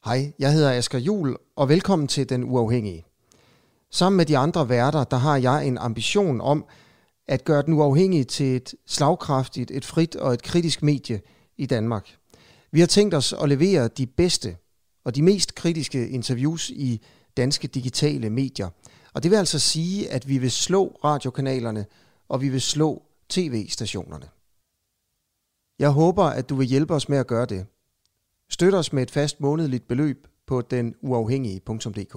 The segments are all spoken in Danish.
Hej, jeg hedder Asger Juhl, og velkommen til Den Uafhængige. Sammen med de andre værter, der har jeg en ambition om at gøre Den Uafhængige til et slagkraftigt, et frit og et kritisk medie i Danmark. Vi har tænkt os at levere de bedste og de mest kritiske interviews i danske digitale medier. Og det vil altså sige, at vi vil slå radiokanalerne, og vi vil slå tv-stationerne. Jeg håber, at du vil hjælpe os med at gøre det. Støt os med et fast månedligt beløb på denuafhængige.dk.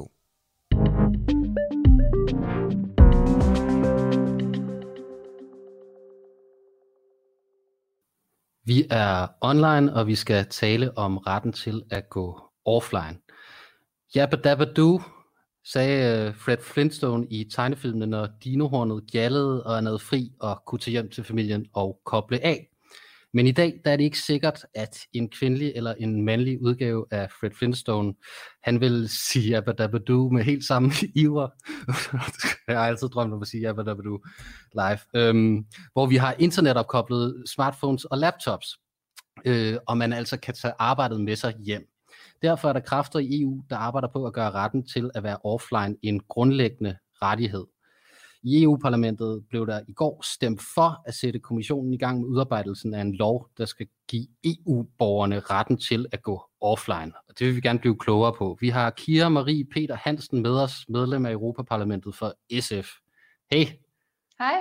Vi er online, og vi skal tale om retten til at gå offline. Jabba dabba doo, sagde Fred Flintstone i tegnefilmene, når dinohornet gjaldede og nåede fri og kunne tage hjem til familien og koble af. Men i dag der er det ikke sikkert, at en kvindelig eller en mandlig udgave af Fred Flintstone, han vil sige jabba dabba doo med helt samme iver. Jeg har altid drømt om at sige jabba dabba doo live. Hvor vi har internetopkoblet smartphones og laptops, og man altså kan tage arbejdet med sig hjem. Derfor er der kræfter i EU, der arbejder på at gøre retten til at være offline en grundlæggende rettighed. I EU-parlamentet blev der i går stemt for at sætte kommissionen i gang med udarbejdelsen af en lov, der skal give EU-borgerne retten til at gå offline. Og det vil vi gerne blive klogere på. Vi har Kira Marie Peter Hansen med os, medlem af Europaparlamentet for SF. Hej. Hej.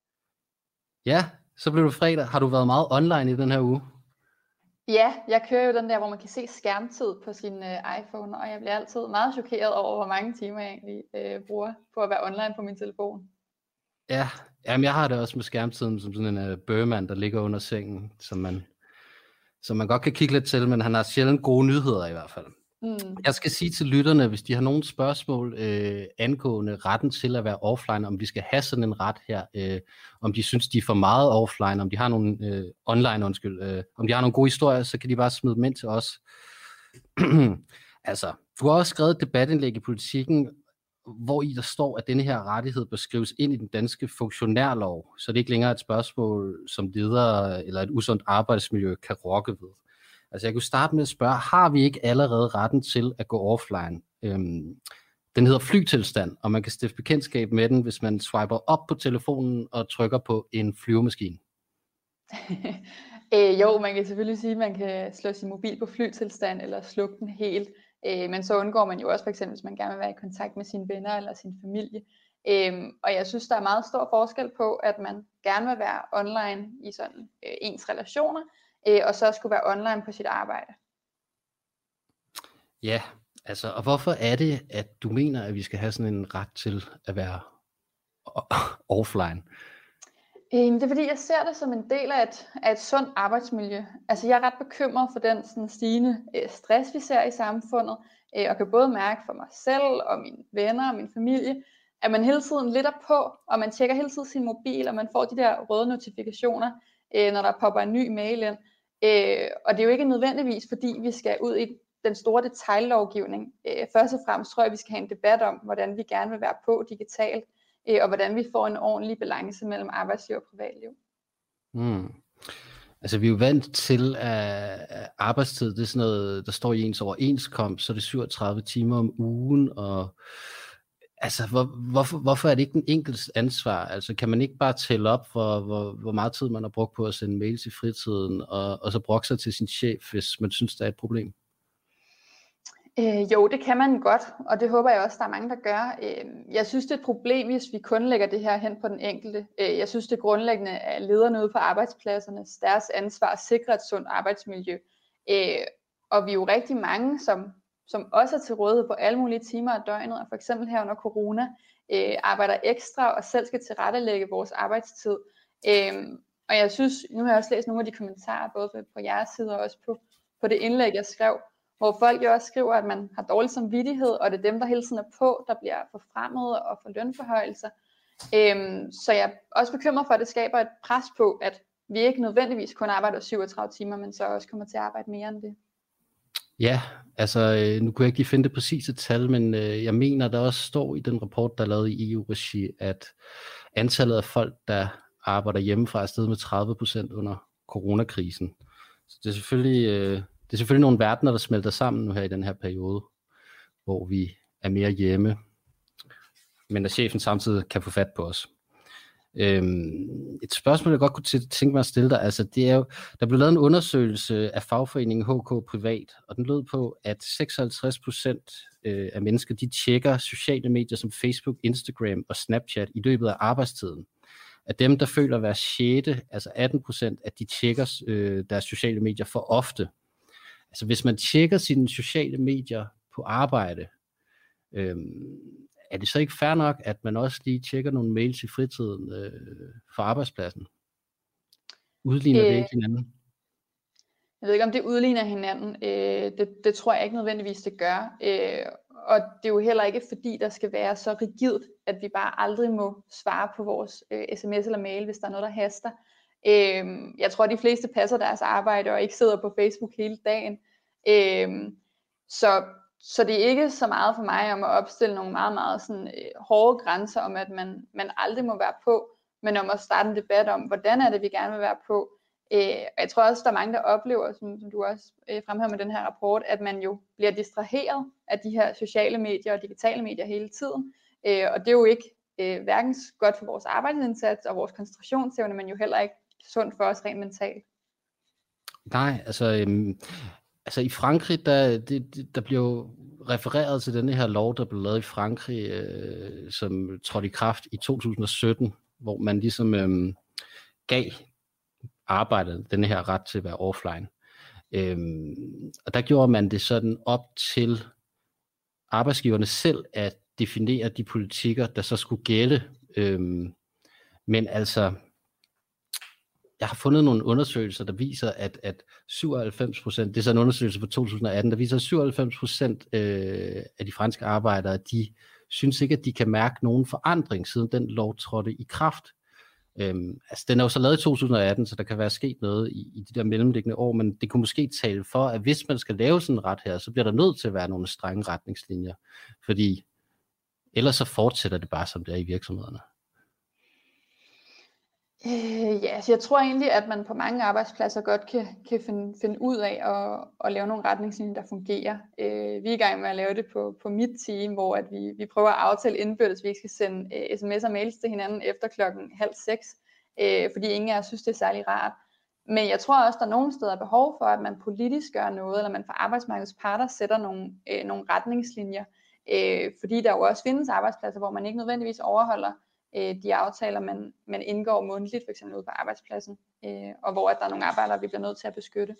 Ja, så blev det fredag. Har du været meget online i den her uge? Ja, jeg kører jo den der, hvor man kan se skærmtid på sin iPhone, og jeg bliver altid meget chokeret over, hvor mange timer jeg egentlig bruger på at være online på min telefon. Ja, jamen jeg har det også med skærmtiden som sådan en bøgemand, der ligger under sengen, som man godt kan kigge lidt til, men han har sjældent gode nyheder i hvert fald. Jeg skal sige til lytterne, hvis de har nogle spørgsmål angående retten til at være offline, om vi skal have sådan en ret her, om de synes, de er for meget offline, om de har nogle om de har nogle gode historier, så kan de bare smide dem ind til os. Altså, du har også skrevet et debatindlæg i Politikken, hvor i der står, at denne her rettighed bør skrives ind i den danske funktionærlov, så det ikke længere er et spørgsmål, som ledere eller et usundt arbejdsmiljø kan rokke ved. Altså jeg kunne starte med at spørge, har vi ikke allerede retten til at gå offline? Den hedder flytilstand, og man kan stifte bekendtskab med den, hvis man swiper op på telefonen og trykker på en flyvemaskine. Jo, man kan selvfølgelig sige, at man kan slå sin mobil på flytilstand eller slukke den helt. Men så undgår man jo også for eksempel, hvis man gerne vil være i kontakt med sine venner eller sin familie. Og jeg synes, der er meget stor forskel på, at man gerne vil være online i sådan ens relationer, og så skulle være online på sit arbejde. Ja, altså, og hvorfor er det, at du mener, at vi skal have sådan en ret til at være offline? Det er fordi, jeg ser det som en del af et sundt arbejdsmiljø. Altså, jeg er ret bekymret for den sådan, stigende stress, vi ser i samfundet, og kan både mærke for mig selv og mine venner og min familie, at man hele tiden lidt er på, og man tjekker hele tiden sin mobil, og man får de der røde notifikationer, når der popper en ny mail ind. Og det er jo ikke nødvendigvis, fordi vi skal ud i den store detaillovgivning. Først og fremmest tror jeg, at vi skal have en debat om, hvordan vi gerne vil være på digitalt, og hvordan vi får en ordentlig balance mellem arbejdsliv og privatliv. Altså vi er jo vant til, at arbejdstid, det er sådan noget, der står i ens overenskomst, så er det 37 timer om ugen, og altså hvorfor er det ikke den enkeltes ansvar? Altså kan man ikke bare tælle op, hvor meget tid man har brugt på at sende mails i fritiden, og så brokke sig til sin chef, hvis man synes, der er et problem? Jo, det kan man godt, og det håber jeg også, der er mange, der gør. Jeg synes, det er et problem, hvis vi kun lægger det her hen på den enkelte. Jeg synes, det er grundlæggende af lederne ude på arbejdspladserne, deres ansvar at sikre et sundt arbejdsmiljø. Og vi er jo rigtig mange, som også er til rådighed på alle mulige timer af døgnet, og for eksempel her under corona, arbejder ekstra og selv skal tilrettelægge vores arbejdstid. Og jeg synes, nu har jeg også læst nogle af de kommentarer, både på jeres side og også på det indlæg, jeg skrev, hvor folk jo også skriver, at man har dårlig samvittighed, og det er dem, der hele tiden er på, der bliver forfremmet og får lønforhøjelser. Så jeg er også bekymret for, at det skaber et pres på, at vi ikke nødvendigvis kun arbejder 37 timer, men så også kommer til at arbejde mere end det. Ja, altså nu kunne jeg ikke lige finde det præcise tal, men jeg mener, der også står i den rapport, der er lavet i EU-regi, at antallet af folk, der arbejder hjemmefra, er steget med 30% under coronakrisen. Så det er selvfølgelig det er selvfølgelig nogle verdener, der smelter sammen nu her i den her periode, hvor vi er mere hjemme, men at chefen samtidig kan få fat på os. Et spørgsmål, jeg godt kunne tænke mig at stille dig, altså det er jo, der blev lavet en undersøgelse af fagforeningen HK Privat, og den lød på, at 56% af mennesker, de tjekker sociale medier som Facebook, Instagram og Snapchat i løbet af arbejdstiden. Af dem, der føler hver 6., altså 18%, at de tjekker deres sociale medier for ofte. Altså hvis man tjekker sine sociale medier på arbejde, er det så ikke fair nok, at man også lige tjekker nogle mails i fritiden for arbejdspladsen? Udligner det ikke hinanden? Jeg ved ikke, om det udligner hinanden. Det tror jeg ikke nødvendigvis, det gør. Og det er jo heller ikke, fordi der skal være så rigidt, at vi bare aldrig må svare på vores sms eller mail, hvis der er noget, der haster. Jeg tror, de fleste passer deres arbejde og ikke sidder på Facebook hele dagen. Så det er ikke så meget for mig om at opstille nogle meget, meget sådan, hårde grænser om, at man aldrig må være på, men om at starte en debat om, hvordan er det, vi gerne vil være på. Og jeg tror også, der er mange, der oplever, som du også fremhæver med den her rapport, at man jo bliver distraheret af de her sociale medier og digitale medier hele tiden. Og det er jo ikke hverken godt for vores arbejdsindsats og vores koncentrationsevne, men jo heller ikke sundt for os rent mentalt. Nej, altså i Frankrig, der bliver jo refereret til denne her lov, der blev lavet i Frankrig, som trådte i kraft i 2017, hvor man ligesom gav arbejdet denne her ret til at være offline. Og der gjorde man det sådan op til arbejdsgiverne selv at definere de politikker, der så skulle gælde. Men altså, jeg har fundet nogle undersøgelser, der viser, at 97%, det er så en undersøgelse fra 2018, der viser, at 97% af de franske arbejdere, de synes ikke, at de kan mærke nogen forandring, siden den lov trådte i kraft. Altså, den er jo så lavet i 2018, så der kan være sket noget i de der mellemliggende år, men det kunne måske tale for, at hvis man skal lave sådan en ret her, så bliver der nødt til at være nogle strenge retningslinjer, fordi ellers så fortsætter det bare, som det er i virksomhederne. Ja, så jeg tror egentlig, at man på mange arbejdspladser godt kan finde ud af at lave nogle retningslinjer, der fungerer. Vi er i gang med at lave det på mit team, hvor at vi prøver at aftale indbyrdes, at vi ikke skal sende sms og mails til hinanden efter 5:30, fordi ingen af os synes, det er særlig rart. Men jeg tror også, der er nogle steder behov for, at man politisk gør noget, eller man fra arbejdsmarkedets parter sætter nogle retningslinjer, fordi der jo også findes arbejdspladser, hvor man ikke nødvendigvis overholder de aftaler, man indgår mundtligt, f.eks. ude på arbejdspladsen, og hvor at der er nogle arbejdere, vi bliver nødt til at beskytte.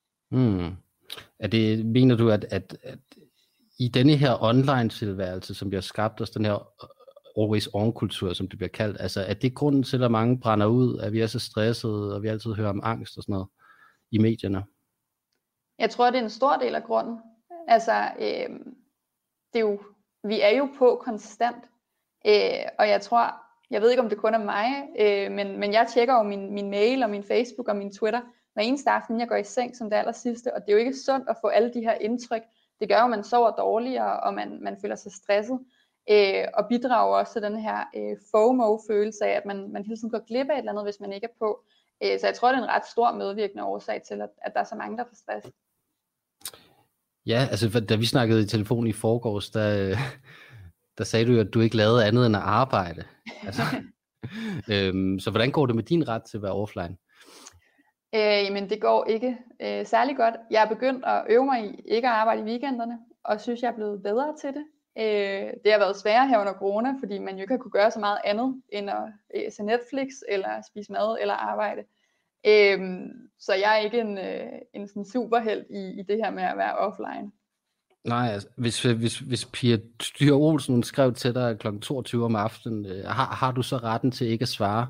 Mener du, at i denne her online-tilværelse, som bliver skabt, også den her always on-kultur, som det bliver kaldt, altså er det grunden til, at mange brænder ud, at vi er så stressede, og vi altid hører om angst og sådan noget i medierne? Jeg tror, det er en stor del af grunden. Altså, det er jo, vi er jo på konstant, og jeg ved ikke, om det kun er mig, men jeg tjekker jo min mail og min Facebook og min Twitter hver eneste aften, jeg går i seng som det aller sidste, og det er jo ikke sundt at få alle de her indtryk. Det gør jo, at man sover dårligere, og man føler sig stresset, og bidrager også til den her FOMO-følelse af, at man hele tiden går glip af et eller andet, hvis man ikke er på. Så jeg tror, det er en ret stor medvirkende årsag til, at der er så mange, der får stress. Ja, altså da vi snakkede i telefon i forgårs, der sagde du jo, at du ikke lavede andet end at arbejde. Altså, så hvordan går det med din ret til at være offline? Jamen det går ikke særlig godt. Jeg er begyndt at øve mig i ikke at arbejde i weekenderne, og synes, jeg er blevet bedre til det. Det har været sværere her under corona, fordi man jo ikke har kunne gøre så meget andet, end at se Netflix, eller spise mad, eller arbejde. Så jeg er ikke en sådan superhelt i det her med at være offline. Nej, altså, hvis Pia Styr Olsen skrev til dig kl. 22 om aftenen, har du så retten til ikke at svare?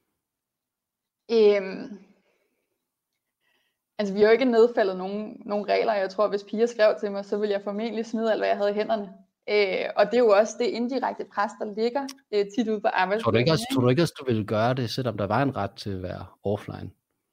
Altså, vi har jo ikke nedfældet nogen regler. Jeg tror, hvis Pia skrev til mig, så ville jeg formentlig smide alt, hvad jeg havde i hænderne. Og det er jo også det indirekte pres, der ligger tit ude på arbejdspladsen. Tror du ikke, at du ville gøre det, selvom der var en ret til at være offline?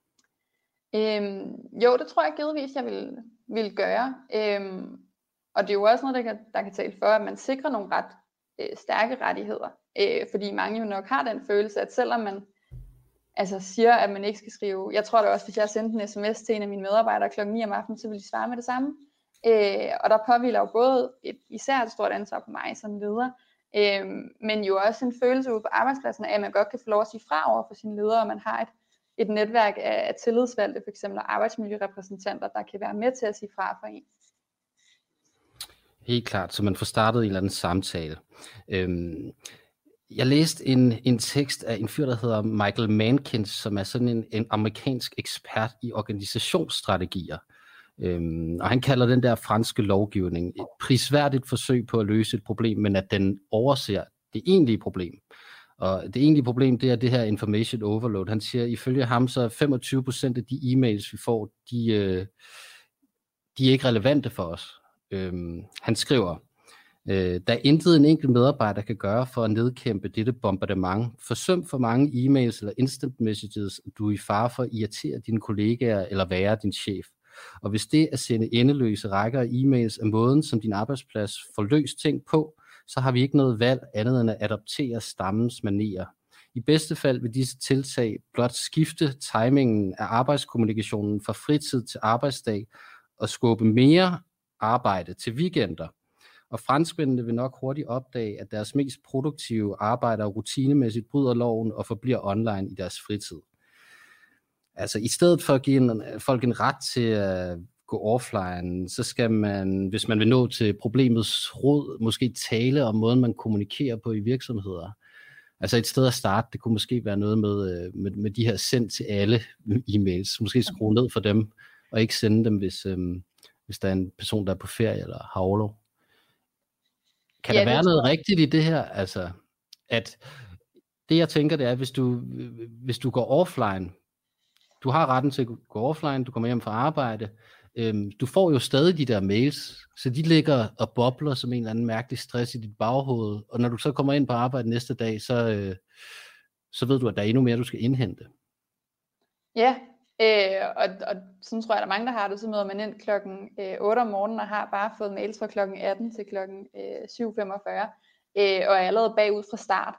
Jo, det tror jeg givetvis, jeg ville gøre. Og det er jo også noget, der kan tale for, at man sikrer nogle ret stærke rettigheder. Fordi mange jo nok har den følelse, at selvom man altså siger, at man ikke skal skrive. Jeg tror da også, hvis jeg sendte en sms til en af mine medarbejdere klokken 9 om aftenen, så ville de svare med det samme. Og der påhviler jo både især et stort ansvar på mig som leder, men jo også en følelse ude på arbejdspladsen af, at man godt kan få lov at sige fra over for sine ledere, og man har et netværk af tillidsvalgte, for eksempel arbejdsmiljørepræsentanter, der kan være med til at sige fra for en. Helt klart, så man får startet en eller anden samtale. Jeg læste en tekst af en fyr, der hedder Michael Mankins, som er sådan en amerikansk ekspert i organisationsstrategier. Og han kalder den der franske lovgivning et prisværdigt forsøg på at løse et problem, men at den overser det egentlige problem. Og det egentlige problem, det er det her information overload. Han siger, ifølge ham, så 25% af de e-mails, vi får, de er ikke relevante for os. Han skriver, der er intet en enkelt medarbejder kan gøre for at nedkæmpe dette bombardement. Forsøm for mange e-mails eller instant messages, at du er i fare for at irritere dine kollegaer eller være din chef. Og hvis det at sende endeløse rækker af e-mails er måden, som din arbejdsplads får løst ting på, så har vi ikke noget valg andet end at adoptere stammens manerer. I bedste fald vil disse tiltag blot skifte timingen af arbejdskommunikationen fra fritid til arbejdsdag og skubbe mere arbejde til weekender. Og franskmændene vil nok hurtigt opdage, at deres mest produktive arbejdere rutinemæssigt bryder loven og forbliver online i deres fritid. Altså i stedet for at give folk en ret til at gå offline, så skal man, hvis man vil nå til problemets rod, måske tale om måden, man kommunikerer på i virksomheder. Altså et sted at starte, det kunne måske være noget med de her sendt til alle e-mails. Måske skrue ned for dem, og ikke sende dem, hvis der er en person, der er på ferie eller har orlov. Kan der være noget rigtigt i det her? Altså, at det jeg tænker, det er, hvis du går offline, du har retten til at gå offline, du kommer hjem fra arbejde, du får jo stadig de der mails, så de ligger og bobler som en eller anden mærkelig stress i dit baghoved, og når du så kommer ind på arbejde næste dag, så ved du, at der er endnu mere, du skal indhente. Ja, og sådan tror jeg, der er mange, der har det, så møder man ind klokken 8 om morgenen og har bare fået mails fra klokken 18 til klokken 7.45, og er allerede bagud fra start.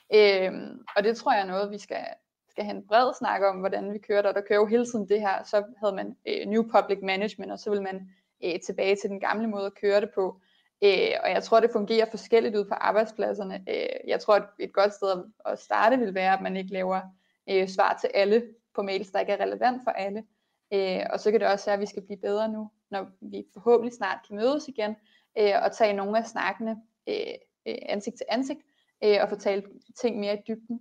Og det tror jeg er noget, vi skal have en bred snak om, hvordan vi kører der kører jo hele tiden det her, så havde man New Public Management, og så vil man tilbage til den gamle måde at køre det på. Og jeg tror, det fungerer forskelligt ud på arbejdspladserne. Jeg tror, at et godt sted at starte vil være, at man ikke laver svar til alle på mails, der ikke er relevant for alle. Og så kan det også være, at vi skal blive bedre nu, når vi forhåbentlig snart kan mødes igen, og tage nogle af snakkene ansigt til ansigt, og fortælle ting mere i dybden.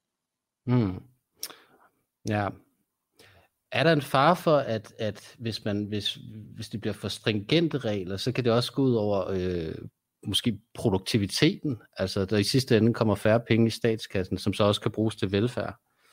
Ja. Er der en fare for, at hvis det bliver for stringente regler, så kan det også gå ud over måske produktiviteten, altså der i sidste ende kommer færre penge i statskassen, som så også kan bruges til velfærd?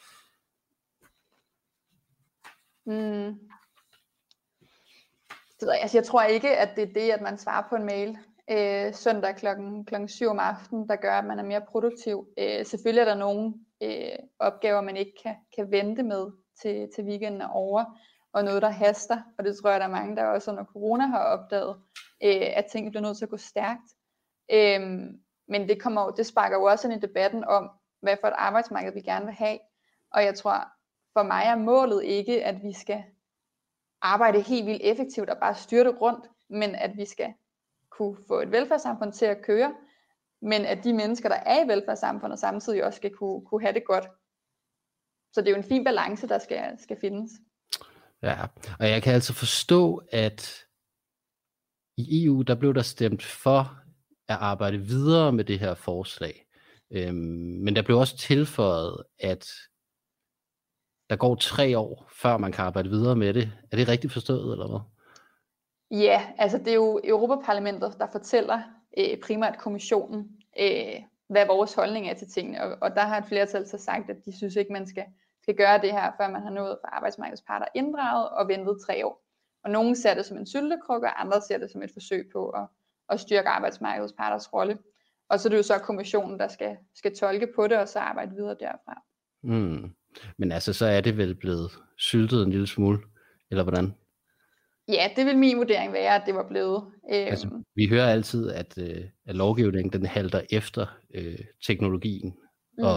Jeg tror ikke, at det er det, at man svarer på en mail søndag klokken 7 om aftenen, der gør, at man er mere produktiv. Selvfølgelig er der nogle opgaver, man ikke kan vente med til weekenden er over, og noget, der haster, og det tror jeg, der er mange, der også under corona har opdaget, at ting bliver nødt til at gå stærkt. Men det sparker jo også ind i debatten om, hvad for et arbejdsmarked vi gerne vil have, og jeg tror, for mig er målet ikke, at vi skal arbejde helt vildt effektivt og bare styrte rundt, men at vi skal kunne få et velfærdssamfund til at køre, men at de mennesker, der er i velfærdssamfundet, samtidig også skal kunne have det godt. Så det er jo en fin balance, der skal findes. Ja, og jeg kan altså forstå, at i EU, der blev der stemt for at arbejde videre med det her forslag. Men der blev også tilføjet, at der går 3 år, før man kan arbejde videre med det. Er det rigtigt forstået, eller hvad? Ja, altså det er jo Europaparlamentet, der fortæller primært kommissionen, hvad vores holdning er til tingene. Og der har et flertal så sagt, at de synes ikke, man skal gøre det her, før man har nået for arbejdsmarkedets parter inddraget og ventet 3 år. Og nogen ser det som en syltekrukke, og andre ser det som et forsøg på at styrke arbejdsmarkedets parters rolle. Og så er det jo så kommissionen, der skal tolke på det, og så arbejde videre derfra. Men altså, så er det vel blevet syltet en lille smule, eller hvordan? Ja, det vil min vurdering være, at det var blevet. Altså, vi hører altid, at lovgivningen den halter efter teknologien,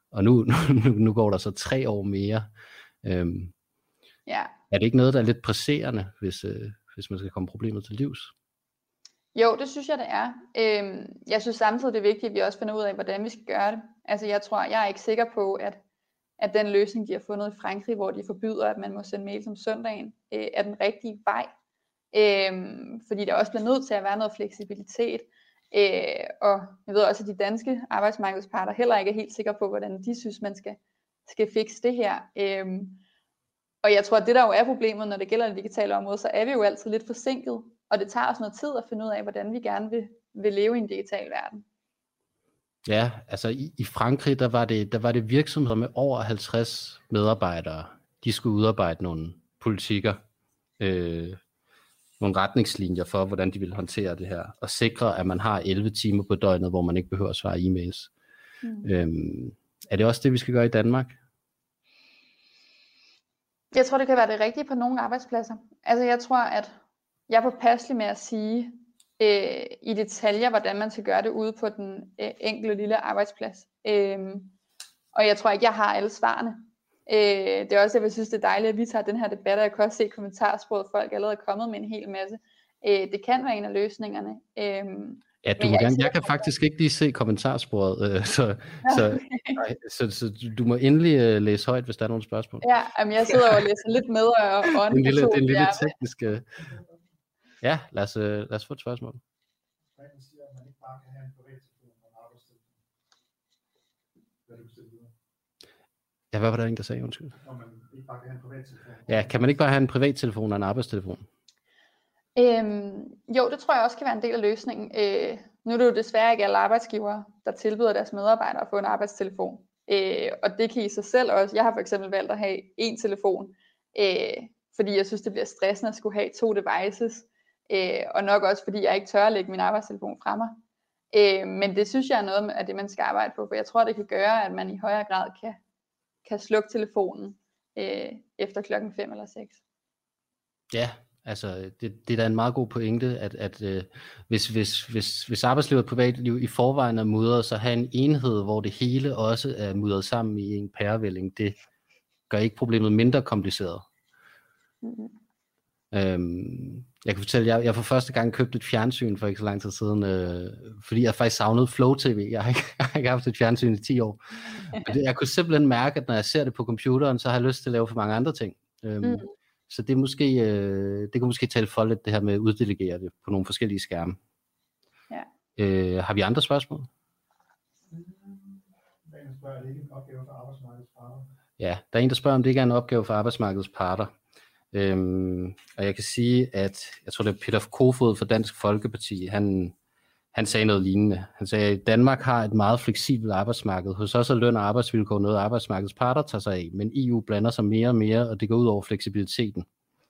Og nu går der så 3 år mere. Ja. Er det ikke noget, der er lidt presserende, hvis man skal komme problemet til livs? Jo, det synes jeg, det er. Jeg synes samtidig, det er vigtigt, at vi også finder ud af, hvordan vi skal gøre det. Altså jeg er ikke sikker på, at den løsning, de har fundet i Frankrig, hvor de forbyder, at man må sende mails om søndagen, er den rigtige vej. Fordi der også bliver nødt til at være noget fleksibilitet. Og jeg ved også, at de danske arbejdsmarkedsparter heller ikke er helt sikre på, hvordan de synes, man skal fikse det her. Og jeg tror, at det der jo er problemet, når det gælder det digitale område, så er vi jo altid lidt forsinket. Og det tager os noget tid at finde ud af, hvordan vi gerne vil leve i en digital verden. Ja, altså i Frankrig, der var det virksomheder med over 50 medarbejdere. De skulle udarbejde nogle politikker, nogle retningslinjer for, hvordan de ville håndtere det her, og sikre, at man har 11 timer på døgnet, hvor man ikke behøver at svare e-mails. Er det også det, vi skal gøre i Danmark? Jeg tror, det kan være det rigtige på nogle arbejdspladser. Altså jeg tror, at jeg er påpasselig med at sige i detaljer, hvordan man skal gøre det ude på den enkelte lille arbejdsplads. Og jeg tror ikke, jeg har alle svarene. Det er også, jeg synes, det er dejligt, at vi tager den her debat, og jeg kan også se i kommentarsporet, at folk allerede er kommet med en hel masse. Det kan være en af løsningerne. Ja, jeg kan faktisk ikke lige se kommentarsporet, så du må endelig læse højt, hvis der er nogle spørgsmål. Ja, jeg sidder og læser lidt med og det er en lille teknisk. Ja, lad os få et spørgsmål. Hvordan siger, at man ikke bare kan have en privattelefon og en arbejdstelefon? Hvad er det, du siger videre? Ja, hvad var der en, der sagde? Undskyld. Når man ikke bare kan have en privattelefon. Ja, kan man ikke bare have en privattelefon og en arbejdstelefon? Jo, det tror jeg også kan være en del af løsningen. Nu er det jo desværre ikke alle arbejdsgivere, der tilbyder deres medarbejdere at få en arbejdstelefon. Og det kan i sig selv også. Jeg har for eksempel valgt at have en telefon, fordi jeg synes, det bliver stressende at skulle have 2 devices. Og nok også fordi jeg ikke tør at lægge min arbejdstelefon fra mig. Men det synes jeg er noget af det, man skal arbejde på, for jeg tror, det kan gøre, at man i højere grad kan slukke telefonen efter klokken 5 eller 6. Ja, altså det er da en meget god pointe, at hvis arbejdsliv og privatliv i forvejen er mudret, så have en enhed, hvor det hele også er mudret sammen i en pærevælling, det gør ikke problemet mindre kompliceret. Jeg kan fortælle, jeg for første gang købte et fjernsyn for ikke så lang tid siden, fordi jeg faktisk savnede Flow TV. Jeg har ikke haft et fjernsyn i 10 år. Jeg kunne simpelthen mærke, at når jeg ser det på computeren, så har jeg lyst til at lave for mange andre ting. Så det kunne måske tale for lidt det her med at uddelegere det på nogle forskellige skærme. Ja. Har vi andre spørgsmål? Er det ikke en opgave for arbejdsmarkedets parter? Ja, der er en, der spørger, om det ikke er en opgave for arbejdsmarkedets parter. Og jeg kan sige, at jeg tror det er Peter Kofod fra Dansk Folkeparti, han sagde noget lignende. Han sagde, at Danmark har et meget fleksibelt arbejdsmarked. Hos os er løn og arbejdsvilkår noget, arbejdsmarkedets parter tager sig af, men EU blander sig mere og mere, og det går ud over fleksibiliteten.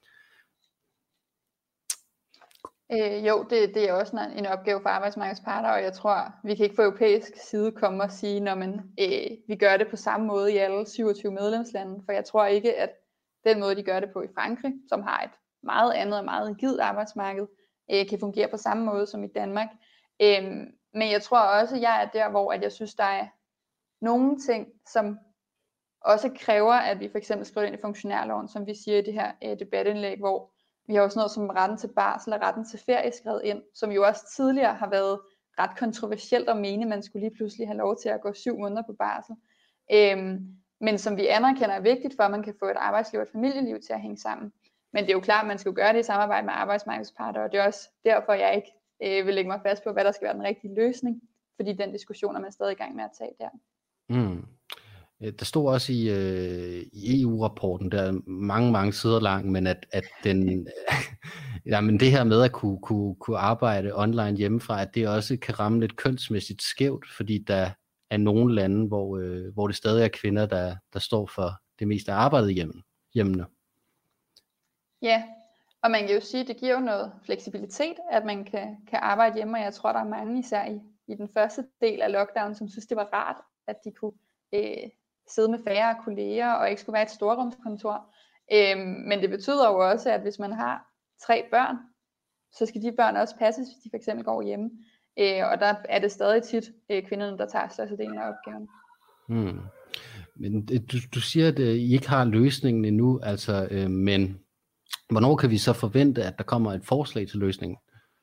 Jo, det er også en opgave for arbejdsmarkedets parter, og jeg tror, vi kan ikke fra europæisk side komme og sige, når vi gør det på samme måde i alle 27 medlemslande, for jeg tror ikke, at den måde, de gør det på i Frankrig, som har et meget andet og meget rigidt arbejdsmarked, kan fungere på samme måde som i Danmark. Men jeg tror også, at jeg er der, hvor at jeg synes, der er nogle ting, som også kræver, at vi for eksempel skriver ind i funktionærloven, som vi siger i det her debatindlæg, hvor vi har også noget som retten til barsel og retten til ferie skrevet ind, som jo også tidligere har været ret kontroversielt at mene, man skulle lige pludselig have lov til at gå 7 måneder på barsel. Men som vi anerkender er vigtigt for, at man kan få et arbejdsliv og et familieliv til at hænge sammen. Men det er jo klart, at man skal gøre det i samarbejde med arbejdsmarkedets parter, og det er også derfor, jeg ikke vil lægge mig fast på, hvad der skal være den rigtige løsning, fordi den diskussion er man stadig i gang med at tage der. Der stod også i EU-rapporten, der er mange sider lang, men at den, men det her med at kunne arbejde online hjemmefra, at det også kan ramme lidt kønsmæssigt skævt, fordi der er nogle lande, hvor det stadig er kvinder, der står for det meste af arbejdet hjemmene. Ja, og man kan jo sige, at det giver jo noget fleksibilitet, at man kan arbejde hjemme, og jeg tror, der er mange, især i den første del af lockdown, som synes, det var rart, at de kunne sidde med færre kolleger, og ikke skulle være et storrumskontor. Men det betyder jo også, at hvis man har 3 børn, så skal de børn også passes, hvis de for eksempel går hjemme. Og der er det stadig tit kvinderne, der tager størstedelen af opgaven. Men du siger, at I ikke har løsningen endnu, men hvornår kan vi så forvente, at der kommer et forslag til løsningen?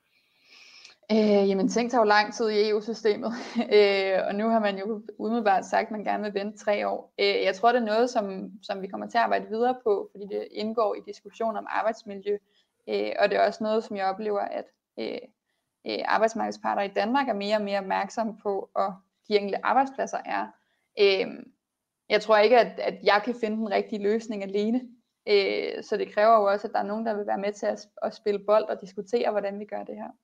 Jamen ting tager jo lang tid i EU-systemet, og nu har man jo umiddelbart sagt, at man gerne vil vente 3 år. Jeg tror, det er noget, som vi kommer til at arbejde videre på, fordi det indgår i diskussion om arbejdsmiljø, og det er også noget, som jeg oplever, at arbejdsmarkedsparter i Danmark er mere og mere opmærksomme på, og de enkelte arbejdspladser er. Jeg tror ikke, at jeg kan finde den rigtige løsning alene, så det kræver jo også, at der er nogen, der vil være med til at spille bold og diskutere, hvordan vi gør det her.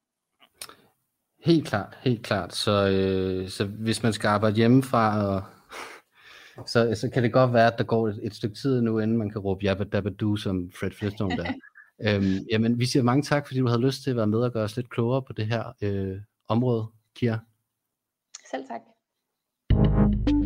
Helt klart. Så hvis man skal arbejde hjemmefra, så kan det godt være, at der går et stykke tid nu, inden man kan råbe jabba dabba du, som Fred Flintstone der. Jamen, vi siger mange tak, fordi du havde lyst til at være med og gøre os lidt klogere på det her område, Kira. Selv tak.